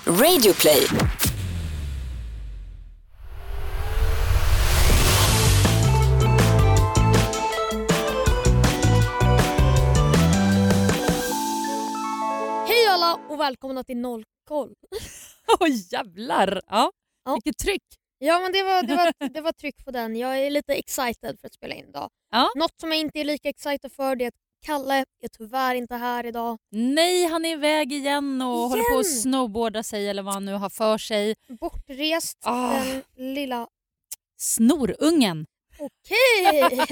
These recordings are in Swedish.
Radioplay. Hej alla och välkomna till Nollkoll. Jävlar! Ja. Vilket tryck. Ja, men det var tryck på den. Jag är lite excited för att spela in idag. Ja. Något som jag inte är lika excited för det är att Kalle är tyvärr inte här idag. Nej, han är iväg igen och håller på att snowboarda sig eller vad han nu har för sig. Bortrest, den lilla... Snorungen. Okej!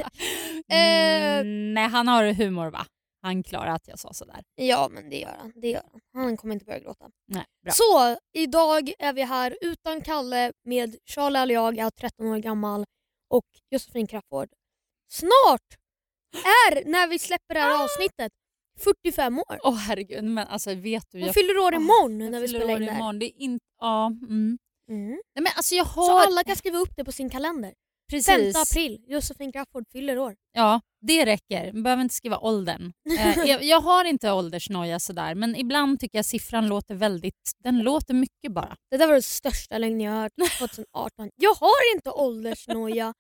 Nej, han har humor va? Han klarar att jag sa sådär. Ja, men det gör han. Han kommer inte börja gråta. Nej, bra. Så, idag är vi här utan Kalle med Charlie eller jag är 13 år gammal och Josefin Crafoord. Snart är, när vi släpper det här avsnittet, 45 år. Herregud, men alltså vet du... Hon fyller år imorgon när vi spelar in det här. Det är inte... Nej, men alltså jag har... Så alla kan skriva upp det på sin kalender. Precis. 5 april, Josefin Crafoord fyller år. Ja, det räcker. Man behöver inte skriva åldern. Jag har inte åldersnoja sådär, men ibland tycker jag siffran låter den låter mycket bara. Det där var det största lögn jag hört 2018. Jag har inte åldersnoja.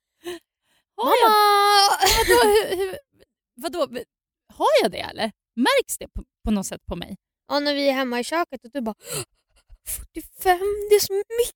Mamma! Vadå? Har jag det eller? Märks det på något sätt på mig? Ja, när vi är hemma i köket och du bara 45, det är så mycket.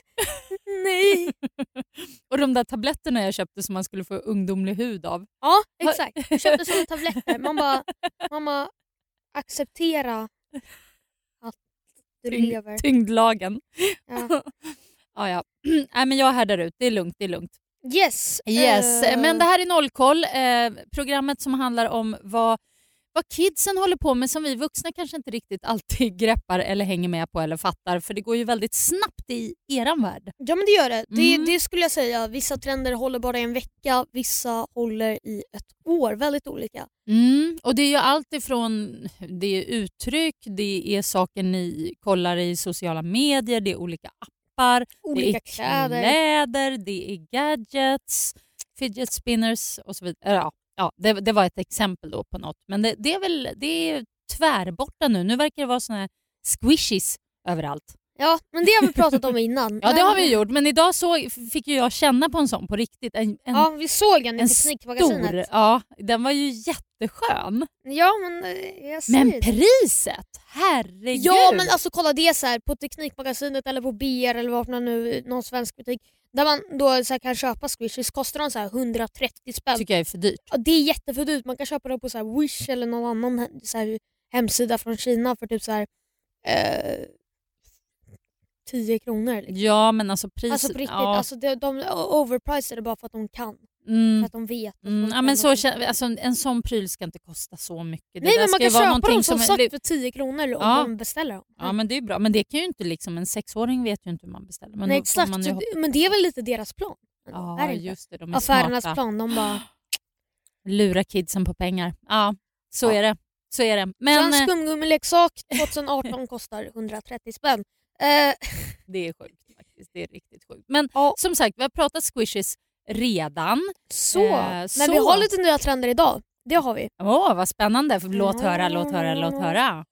Nej. Och de där tabletterna jag köpte som man skulle få ungdomlig hud av. Ja, exakt. Jag köpte sådana tabletter. Mamma, acceptera att du lever. Tyngdlagen. Ja. Ja. Nej, men jag härdar ut. Det är lugnt. Yes. Men det här är Nollkoll. Programmet som handlar om vad kidsen håller på med som vi vuxna kanske inte riktigt alltid greppar eller hänger med på eller fattar. För det går ju väldigt snabbt i eran värld. Ja, men det gör det. Det skulle jag säga. Vissa trender håller bara i en vecka. Vissa håller i ett år. Väldigt olika. Och det är ju allt ifrån det är uttryck, det är saker ni kollar i sociala medier, det är olika appar, olika det är kläder, det är gadgets, fidget spinners och så vidare. Ja, det var ett exempel då på något. Men det är tvärborta nu. Nu verkar det vara såna här squishies överallt. Ja, men det har vi pratat om innan. Ja, det har vi gjort. Men idag fick ju jag känna på en sån på riktigt. Ja, vi såg den i Teknikmagasinet. Stor, ja, den var ju jätteskön. Ja, men jag ser Men det. priset, herregud. Ja, men alltså kolla det så här på Teknikmagasinet eller på BR eller vad nu, någon svensk butik. Där man då så här kan köpa squishies, kostar de så här 130 spänn. Tycker jag är för dyrt. Ja, det är jätteför dyrt. Man kan köpa dem på så här Wish eller någon annan så här hemsida från Kina för typ så här 10 kronor. Liksom. Ja, men alltså priset... Alltså på riktigt, ja. alltså de overpricer det bara för att de kan. För att de vet. Ja, men alltså, en sån pryl ska inte kosta så mycket. Nej, men man kan köpa dem som sagt för 10 kronor om man beställer dem. Ja, men det är bra. Men det kan ju inte liksom, en 6-åring vet ju inte hur man beställer. Men nej, exakt. Men det är väl lite deras plan. Ja, just det. De är affärernas smarta. plan. De bara... Lura kidsen på pengar. Ja, så är det. Så är det. Men så en skumgummileksak 2018 kostar 130 spänn. Det är sjukt faktiskt. Det är riktigt sjukt. Men som sagt, vi har pratat squishes redan. Så vi har lite nya trender idag. Det har vi. Vad spännande. Låt höra.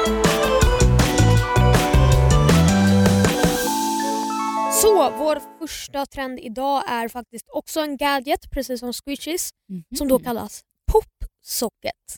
Så vår första trend idag är faktiskt också en gadget, precis som squishes, som då kallas popsocket.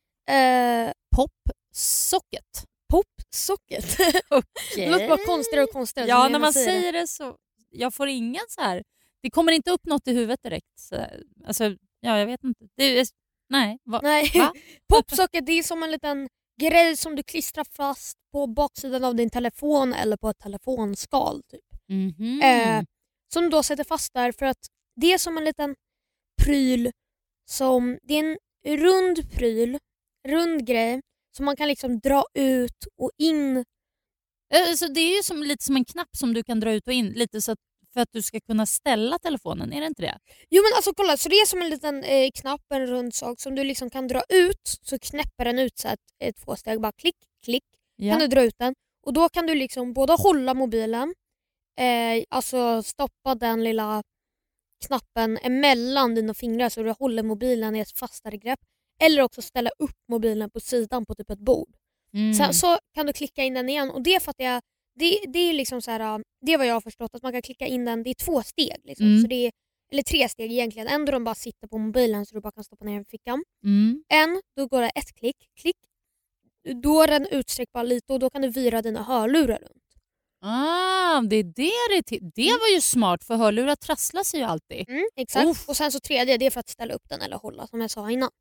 Popsocket? Popsocket. Okay. Det låter bara konstigare och konstigare. Ja, när man säger det så... Jag får ingen så här... Det kommer inte upp något i huvudet direkt. Så, alltså, ja, jag vet inte. Nej. Nej. Va? Popsocket, det är som en liten grej som du klistrar fast på baksidan av din telefon eller på ett telefonskal. Typ. Som du då sätter fast där för att det är som en liten pryl. Det är en rund grej som man kan liksom dra ut och in. Så det är ju lite som en knapp som du kan dra ut och in. Lite så att för att du ska kunna ställa telefonen, är det inte det? Jo, men alltså kolla, så det är som en liten knapp, en rund sak som du liksom kan dra ut, så knäpper den ut så att 2 steg, bara klick, kan du dra ut den. Och då kan du liksom både hålla mobilen, alltså stoppa den lilla knappen emellan dina fingrar så du håller mobilen i ett fastare grepp, eller också ställa upp mobilen på sidan på typ ett bord. Sen så kan du klicka in den igen, och det är för att det är liksom så här, det är vad jag har förstått, att man kan klicka in den, det är 2 steg liksom. Så det är, eller 3 steg egentligen. En då de bara sitter på mobilen så du bara kan stoppa ner den i fickan. En, då går det 1 klick, då är den utsträckbar lite och då kan du vira dina hörlurar runt. Det är det var ju smart, för hörlurar trasslar sig ju alltid. Exakt. Och sen så 3D, det är för att ställa upp den eller hålla, som jag sa innan.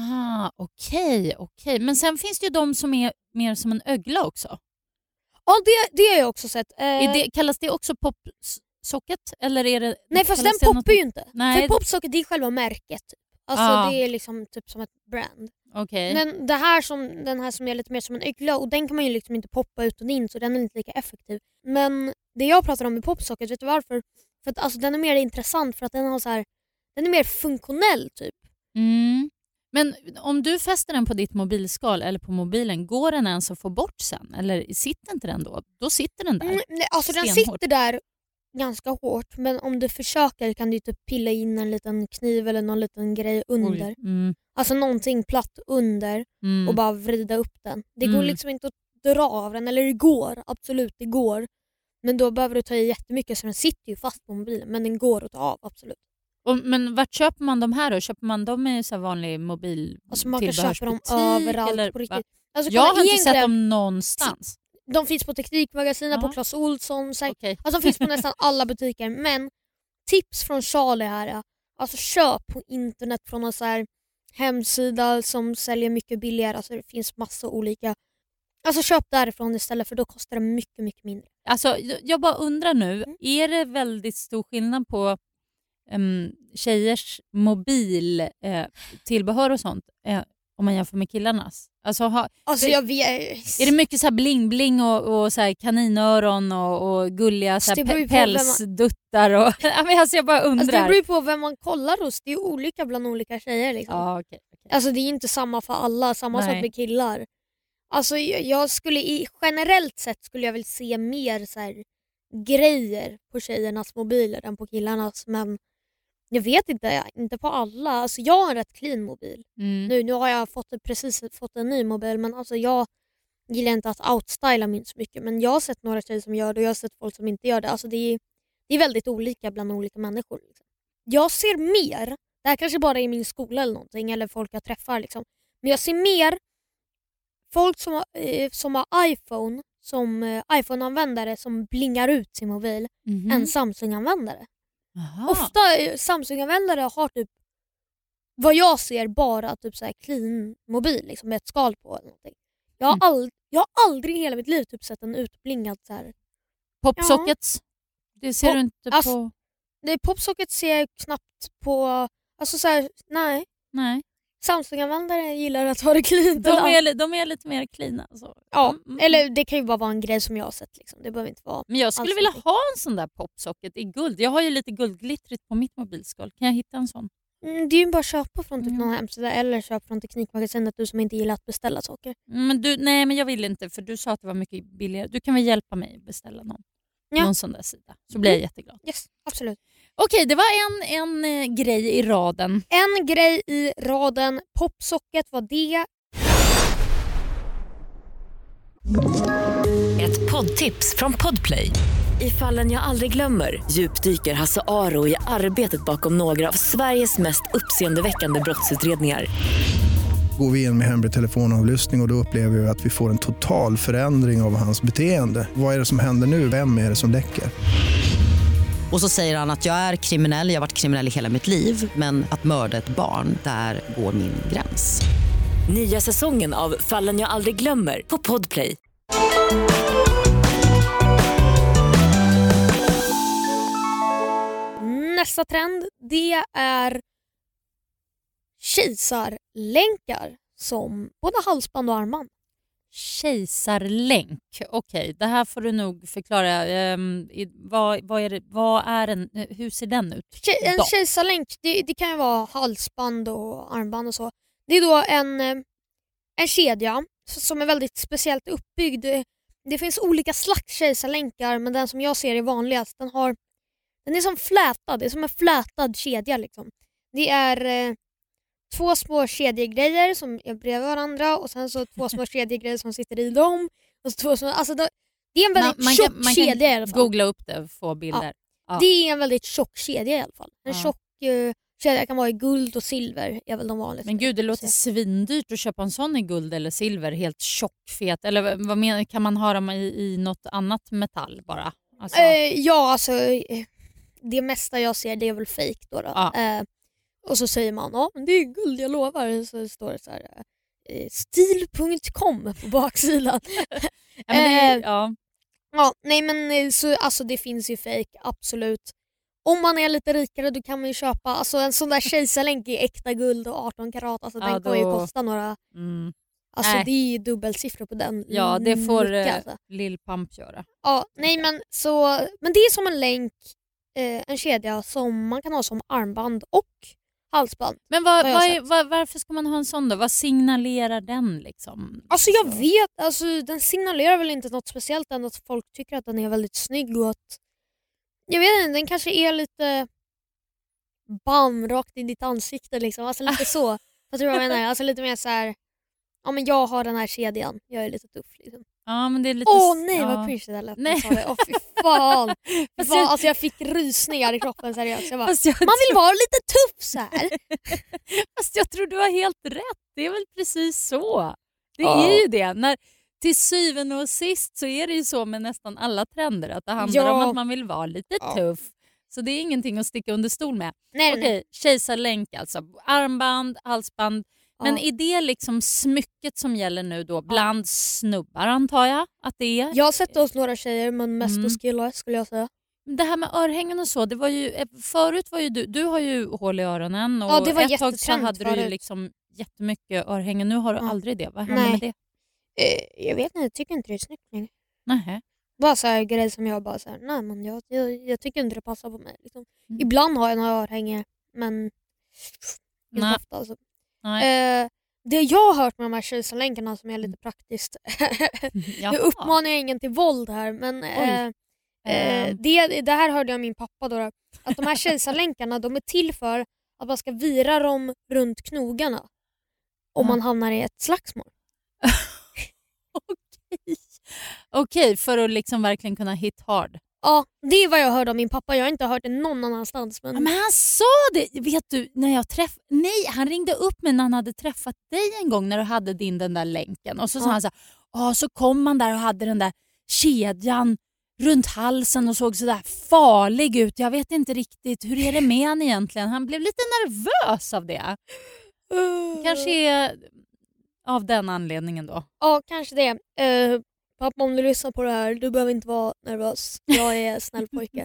Okej. Men sen finns det ju de som är mer som en ögla också. Ja, det har jag också sett. Kallas det också popsocket? Eller är det, nej, fast den poppar ju inte. Nej. För popsocket, det är själva märket. Alltså det är liksom typ som ett brand. Okay. Men den här som är lite mer som en ögla, och den kan man ju liksom inte poppa ut och in, så den är inte lika effektiv. Men det jag pratar om med popsocket, vet du varför? För att alltså, den är mer intressant för att den är mer funktionell typ. Men om du fäster den på ditt mobilskal eller på mobilen, går den ens att få bort sen? Eller sitter inte den då? Då sitter den där. Nej, alltså den sitter där ganska hårt, men om du försöker kan du typ pilla in en liten kniv eller någon liten grej under. Alltså någonting platt under och bara vrida upp den. Det går liksom inte att dra av den, eller det går, absolut det går. Men då behöver du ta i jättemycket, så den sitter ju fast på mobilen, men den går att ta av, absolut. Men vart köper man de här då? Köper man dem i så här vanlig mobiltillbehörsbutik? Alltså man kan köpa dem överallt eller, på riktigt. Alltså, jag har inte sett dem någonstans. De finns på Teknikmagasinet, på Clas Ohlson. Okay. Alltså, de finns på nästan alla butiker. Men tips från Charlie här. Alltså köp på internet från en så här hemsida som säljer mycket billigare. Alltså det finns massa olika. Alltså köp därifrån istället, för då kostar det mycket, mycket mindre. Alltså jag bara undrar nu, är det väldigt stor skillnad på tjejers mobiltillbehör och sånt om man jämför med killarnas? Alltså, jag vet. Är det mycket så här bling-bling och så här kaninöron och gulliga så här pälsduttar? Och, alltså jag bara undrar. Alltså det beror på vem man kollar hos. Det är olika bland olika tjejer. Liksom. Okay. Alltså det är inte samma för alla. Samma sak med killar. Alltså jag skulle generellt sett skulle jag väl se mer så här grejer på tjejernas mobiler än på killarnas, men jag vet inte på alla. Alltså jag har en rätt clean mobil. Nu har jag precis fått en ny mobil, men alltså jag gillar inte att outstyla min så mycket, men jag har sett några tjejer som gör det och jag har sett folk som inte gör det. Alltså det är väldigt olika bland olika människor. Liksom. Jag ser mer, det här kanske bara är i min skola eller någonting, eller folk jag träffar liksom, men jag ser mer folk som har iPhone som iPhone-användare som blingar ut sin mobil än Samsung-användare. Ofta Samsung-användare har typ, vad jag ser, bara typ så här clean mobil liksom, med ett skal på eller någonting. Jag har aldrig i hela mitt liv typ sett en utblingad så här. Popsockets? Det ser du inte på? Popsockets ser jag knappt på. Alltså så här, nej. Samsung-användare gillar att ha det clean. De är lite mer clean. Alltså. Ja, eller det kan ju bara vara en grej som jag har sett. Liksom. Det behöver inte vara. Men jag skulle vilja ha en sån där popsocket i guld. Jag har ju lite guldglittrigt på mitt mobilskal. Kan jag hitta en sån? Det är ju bara att köpa från typ någon hemsida eller köpa från Teknikmagasinet, du som inte gillar att beställa saker. Men jag vill inte, för du sa att det var mycket billigare. Du kan väl hjälpa mig att beställa någon sån där sida. Så blir jag jätteglad. Yes, absolut. Okej, det var en grej i raden. En grej i raden. Popsocket var det. Ett poddtips från Podplay. I Fallen jag aldrig glömmer djupdyker Hasse Aro i arbetet bakom några av Sveriges mest uppseendeväckande brottsutredningar. Går vi in med hemlig telefonavlyssning och då upplever vi att vi får en total förändring av hans beteende. Vad är det som händer nu? Vem är det som läcker? Och så säger han att jag är kriminell, jag har varit kriminell i hela mitt liv. Men att mörda ett barn, där går min gräns. Nya säsongen av Fallen jag aldrig glömmer på Podplay. Nästa trend, det är kejsarlänkar som både halsband och armband. Kejsarlänk, okej. Det här får du nog förklara. Hur ser den ut? En kejsarlänk, det kan ju vara halsband och armband och så. Det är då en kedja som är väldigt speciellt uppbyggd. Det finns olika slags kejsarlänkar, men den som jag ser är vanligast. Den är som flätad, det är som en flätad kedja liksom. Det är 2 små kedjegrejer som är bredvid varandra och sen så 2 små kedjegrejer som sitter i dem. Och så 2 små, alltså det Det är en väldigt tjock kedja i alla fall. Googla upp det och få bilder. Ja. Det är en väldigt tjock kedja i alla fall. En tjock kedja kan vara i guld och silver är väl de vanligaste. Men gud, det låter svindyrt att köpa en sån i guld eller silver, helt tjockfet. Eller vad menar, kan man ha dem i något annat metall bara? Alltså... Alltså det mesta jag ser det är väl fake då. Ja. Och så säger man, det är guld, jag lovar. Så står det så här stil.com på baksidan. Nej men så, alltså det finns ju fake, absolut. Om man är lite rikare då kan man ju köpa alltså, en sån där kejsarlänk i äkta guld och 18 karat. Alltså, den kommer ju kosta några... Alltså det är ju dubbelsiffror på den. Ja, det får Lil Pump göra. Ja, nej men det är som en länk, en kedja som man kan ha som armband och halsband. Men varför ska man ha en sån då? Vad signalerar den liksom? Alltså jag vet, alltså den signalerar väl inte något speciellt än att folk tycker att den är väldigt snygg och att jag vet inte, den kanske är lite rakt i ditt ansikte liksom, alltså lite så. Vad tror jag menar? Alltså lite mer så här. Ja men jag har den här kedjan, jag är lite tuff liksom. Ja men det är lite... nej vad cringe det där lät. Nej. Fy fan. Alltså jag fick rysningar i kroppen seriöst. Man vill vara lite tuff så här. Fast jag tror du har helt rätt. Det är väl precis så. Det är ju det. Till syvende och sist så är det ju så med nästan alla trender att det handlar om att man vill vara lite tuff. Så det är ingenting att sticka under stol med. Okej, kejsarlänk alltså. Armband, halsband. Men är det liksom smycket som gäller nu då bland snubbar antar jag att det är? Jag har sett hos några tjejer men mest hos killar skulle jag säga. Det här med örhängen och så, det var ju förut var ju du har ju hål i öronen och det var ett tag så hade du ju liksom jättemycket örhängen. Nu har du aldrig det. Vad händer med det? Jag vet inte, jag tycker inte det är snyggt längre. Nej. Bara så här grejer som jag bara så här, nej men jag tycker inte det passar på mig liksom. Ibland har jag några örhängen men inte ofta alltså. Det jag har hört med de här kejsarlänkarna som är lite praktiskt nu uppmanar jag ingen till våld här men det här hörde jag min pappa då att de här kejsarlänkarna de är till för att man ska vira dem runt knogarna om man hamnar i ett slagsmål. Okej, för att liksom verkligen kunna hit hard. Ja, det är vad jag hörde av min pappa. Jag har inte hört det någon annanstans. Men han sa det, vet du, när jag han ringde upp mig när han hade träffat dig en gång när du hade den där länken. Och så sa han så här, så kom man där och hade den där kedjan runt halsen och såg så där farlig ut. Jag vet inte riktigt, hur är det med han egentligen? Han blev lite nervös av det. Kanske är av den anledningen då. Ja, kanske det. Pappa, om du lyssnar på det här, du behöver inte vara nervös. Jag är snäll pojke.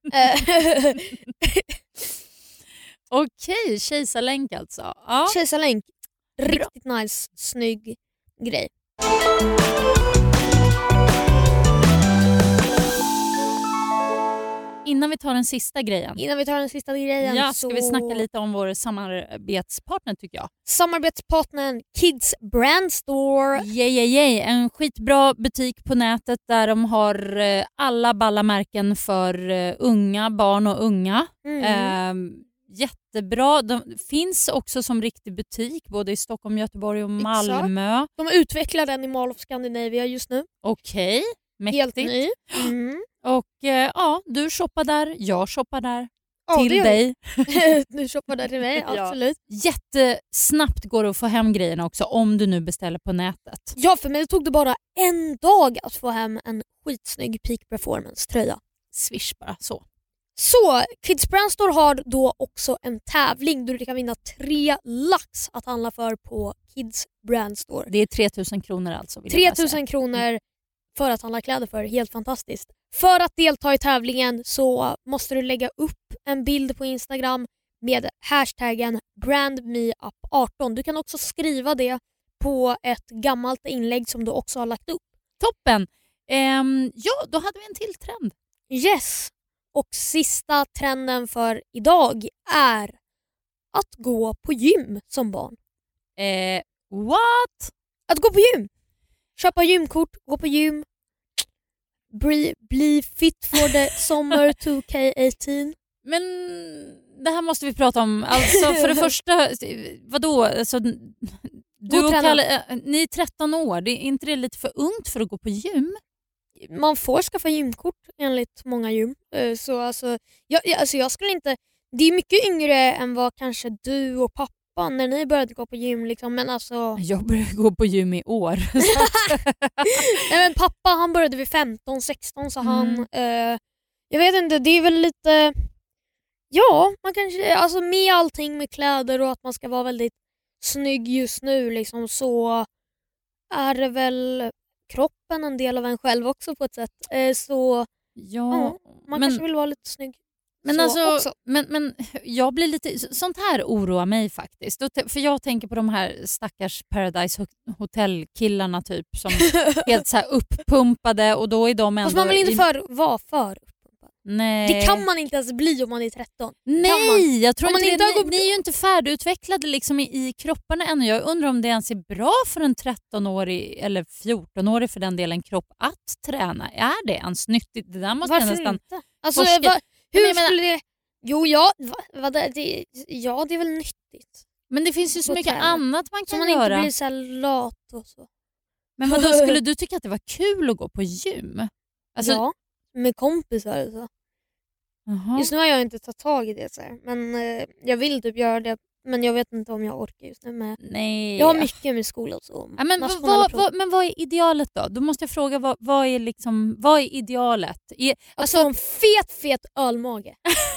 Okej, kejsarlänk alltså. Ja. Kejsarlänk. Riktigt nice, snygg grej. Innan vi tar den sista grejen. Ska vi snacka lite om vår samarbetspartner tycker jag. Samarbetspartnern Kids Brand Store. En skitbra butik på nätet där de har alla balla märken för barn och unga. Jättebra. De finns också som riktig butik både i Stockholm, Göteborg och Malmö. Exakt. De utvecklar den i Mall of Scandinavia just nu. Okej. Mäktigt. Helt ny. Och du shoppar där, jag shoppar där till dig. Du shoppar där till mig, absolut. Jättesnabbt går det att få hem grejerna också om du nu beställer på nätet. Ja, för mig tog det bara en dag att få hem en skitsnygg Peak Performance-tröja. Swish bara så. Så, Kids Brand Store har då också en tävling där du kan vinna 3 lax att handla för på Kids Brand Store. Det är 3000 kronor alltså. 3000 kronor för att handla kläder för. Helt fantastiskt. För att delta i tävlingen så måste du lägga upp en bild på Instagram med hashtaggen brandmeup18. Du kan också skriva det på ett gammalt inlägg som du också har lagt upp. Toppen! Då hade vi en till trend. Yes! Och sista trenden för idag är att gå på gym som barn. What? Att gå på gym. Köpa gymkort, gå på gym. Bli fit for the summer 2K18. Men det här måste vi prata om. Alltså för det första, vadå? Alltså, du och Kalle, ni är 13 år. Det är inte det lite för ungt för att gå på gym? man får skaffa gymkort enligt många gym. Så alltså, jag skulle inte... Det är mycket yngre än vad kanske du och pappa när ni började gå på gym. Liksom, men alltså... Jag började gå på gym i år. Nej, men pappa han började vid 15-16 så han... jag vet inte, det är väl lite... Ja, man kanske... Alltså med allting med kläder och att man ska vara väldigt snygg just nu liksom, så är det väl kroppen en del av en själv också på ett sätt. Så man kanske vill vara lite snygg. Men, så alltså, också. men jag blir lite... Sånt här oroar mig faktiskt. För jag tänker på de här stackars Paradise Hotel-killarna typ som helt så här uppumpade och då är de ändå... Fast man vill inte vara för uppumpad. Nej. Det kan man inte ens bli om man är 13. Nej, jag tror inte det. Ni är ju inte färdigutvecklade liksom i kropparna ännu. Jag undrar om det ens är bra för en 13-årig eller 14-årig för den delen kropp att träna. Är det ens nyttigt? Det där måste varför nästan inte? Alltså, hur skulle det... Jo, det är väl nyttigt. Men det finns ju så mycket annat man kan göra. Så man inte blir så lat och så. Men vad då skulle du tycka att det var kul att gå på gym? Alltså... Ja, med kompisar och så. Just nu har jag inte tagit tag i det så här. Men jag vill typ göra det. Men jag vet inte om jag orkar just nu med. Nej. Jag har mycket med skola och så. Ja, men vad är idealet då? Då måste jag fråga, vad är idealet? Alltså en fet ölmage.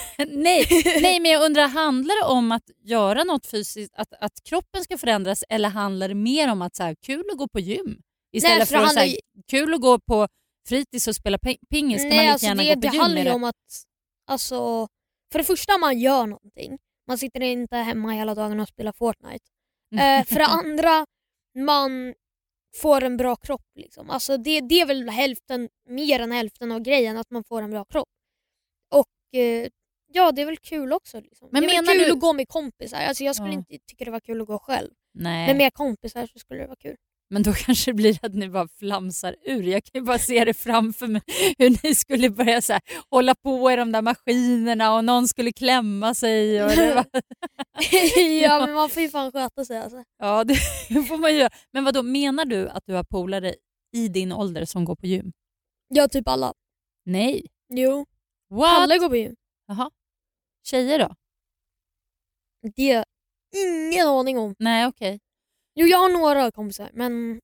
nej, men jag undrar, handlar det om att göra något fysiskt, att kroppen ska förändras, eller handlar det mer om att så här, kul att gå på gym? Istället för att så här, kul att gå på fritids och spela pingis. Ska man lika gärna gå på det gym? handlar ju om att, alltså, för det första man gör någonting. Man sitter inte hemma hela dagen och spelar Fortnite. För det andra, man får en bra kropp. Liksom. Alltså det är väl mer än hälften av grejen, att man får en bra kropp. Och ja, det är väl kul också. Liksom. Men det är väl kul att gå med kompisar. Alltså, jag skulle inte tycka det var kul att gå själv. Nej. Men med kompisar så skulle det vara kul. Men då kanske det blir att ni bara flamsar ur. Jag kan ju bara se det framför mig. Hur ni skulle börja så här, hålla på i de där maskinerna och någon skulle klämma sig. Och det var... Ja, men man får ju fan sköta sig. Alltså. Ja, det får man göra. Men vad då, menar du att du har polare i din ålder som går på gym? Ja, typ alla. Nej. Jo. What? Alla går på gym. Jaha. Tjejer då? Det är ingen aning om. Nej, okej. Jo, jag har några kompisar, men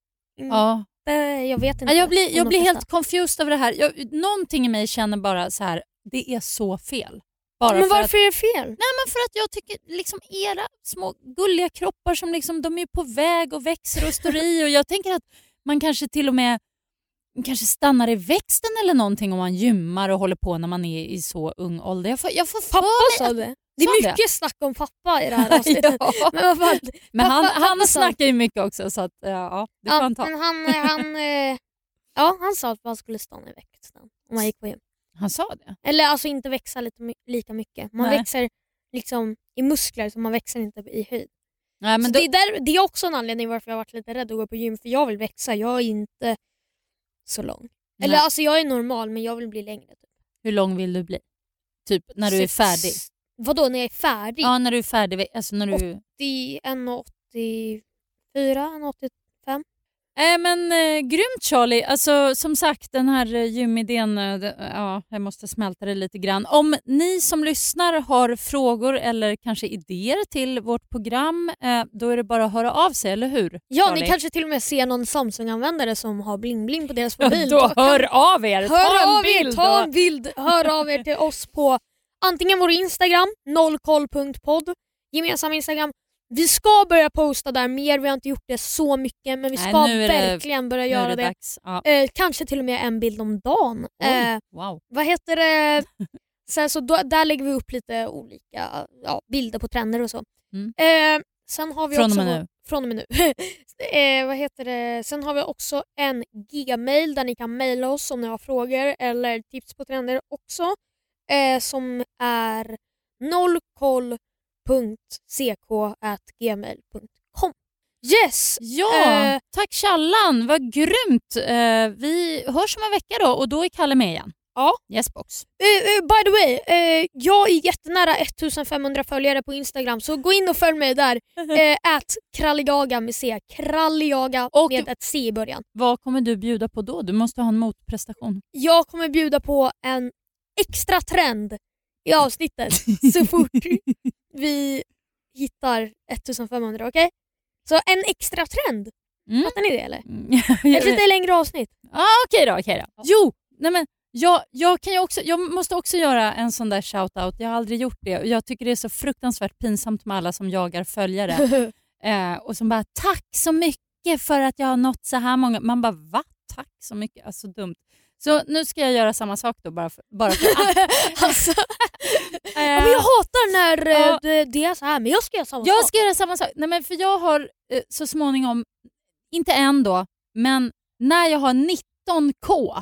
jag vet inte. Jag blir helt confused över det här. Någonting i mig känner bara så här, det är så fel. Men varför är det fel? Nej, men för att jag tycker liksom era små gulliga kroppar som liksom, de är på väg och växer och står i, och jag tänker att man kanske till och med stannar i växten eller någonting om man gymmar och håller på när man är i så ung ålder. Jag får pappa sa det. Det är mycket snack om pappa i det här avsnittet. Ja. Men han snackar ju mycket också, så att ja, det får han ta. Men han sa att man skulle stanna i växten om man gick på gym. Han sa det? Eller alltså inte växa lika mycket. Man växer liksom i muskler, så man växer inte i höjd. Nej, men det är också en anledning varför jag har varit lite rädd att gå på gym. För jag vill växa, jag är inte så lång. Nej. Eller alltså jag är normal, men jag vill bli längre. Typ. Hur lång vill du bli? Typ när du är färdig? Vadå när jag är färdig? Ja, när du är färdig. Alltså när du... 1,84, 1,85. Men grymt Charlie. Alltså, som sagt, den här gymidén, jag måste smälta det lite grann. Om ni som lyssnar har frågor eller kanske idéer till vårt program, då är det bara att höra av sig, eller hur? Ja, Charlie? Ni kanske till och med ser någon Samsung-användare som har bling-bling på deras mobil. Då hör av er! Ta en bild! Hör av er till oss på antingen vår Instagram, nollkoll.podd, gemensam Instagram. Vi ska börja posta där mer, vi har inte gjort det så mycket, men vi ska verkligen börja göra det. Ja. Kanske till och med en bild om dagen. Wow. Vad heter det? Så där lägger vi upp lite olika bilder på trender och så. Sen har vi från och med nu. Vad heter det? Sen har vi också en gmail där ni kan mejla oss om ni har frågor eller tips på trender också. Som är nollkoll.ck@gmail.com. Yes! Ja, tack Challan, vad grymt. Vi hörs om en vecka då, och då är Kalle med igen. Ja. Yes box. By the way, jag är jättenära 1500 följare på Instagram, så gå in och följ mig där. @kralligaga med C. Kralligaga med ett C i början. Vad kommer du bjuda på då? Du måste ha en motprestation. Jag kommer bjuda på en extra trend i avsnittet så fort vi hittar 1500, okej? Så en extra trend. Fattar ni det eller? Ett lite längre avsnitt. Okej då. Jo, nej men jag måste också göra en sån där shoutout. Jag har aldrig gjort det. Jag tycker det är så fruktansvärt pinsamt med alla som jagar följare. Och som bara, tack så mycket för att jag har nått så här många. Man bara, va? Tack så mycket. Alltså dumt. Så nu ska jag göra samma sak då, bara för alltså, men jag hatar när det är så här, men jag ska göra samma sak. Jag ska göra samma sak. Nej, men för jag har så småningom, inte än då, men när jag har 19k.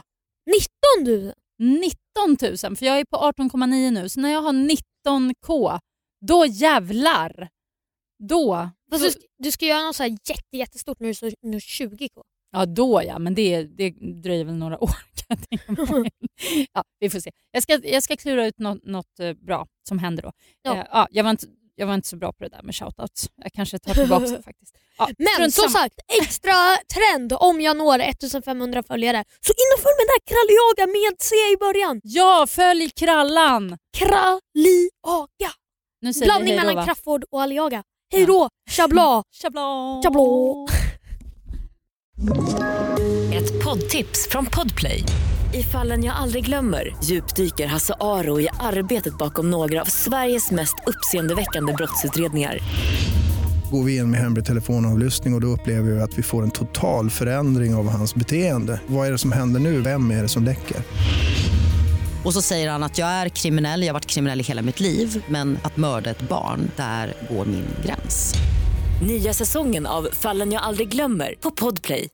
19 000, för jag är på 18,9 nu. Så när jag har 19k, då jävlar. Då. Fast du ska göra något så här jättestort när du är 20k. Ja, då ja, men det dröjer väl några år kan jag tänka mig. Ja, vi får se. Jag ska klura ut något bra som händer då. Ja. Jag var inte så bra på det där med shoutouts. Jag kanske tar tillbaka det faktiskt. Ja, men som sagt, extra trend om jag når 1500 följare. Så in och följ med där Kralliaga med C i början. Ja, följ Krallan. Kralliaga. Blandning mellan Crafoord och Aliaga. Hej då, chabla. Chabla. Ett poddtips från Podplay. I Fallen jag aldrig glömmer djupdyker Hasse Aro i arbetet bakom några av Sveriges mest uppseendeväckande brottsutredningar. Går vi in med hemlig telefonavlyssning och då upplever vi att vi får en total förändring av hans beteende. Vad är det som händer nu? Vem är det som läcker? Och så säger han att jag är kriminell, jag har varit kriminell i hela mitt liv. Men att mörda ett barn, där går min gräns. Nya säsongen av Fallen jag aldrig glömmer på Podplay.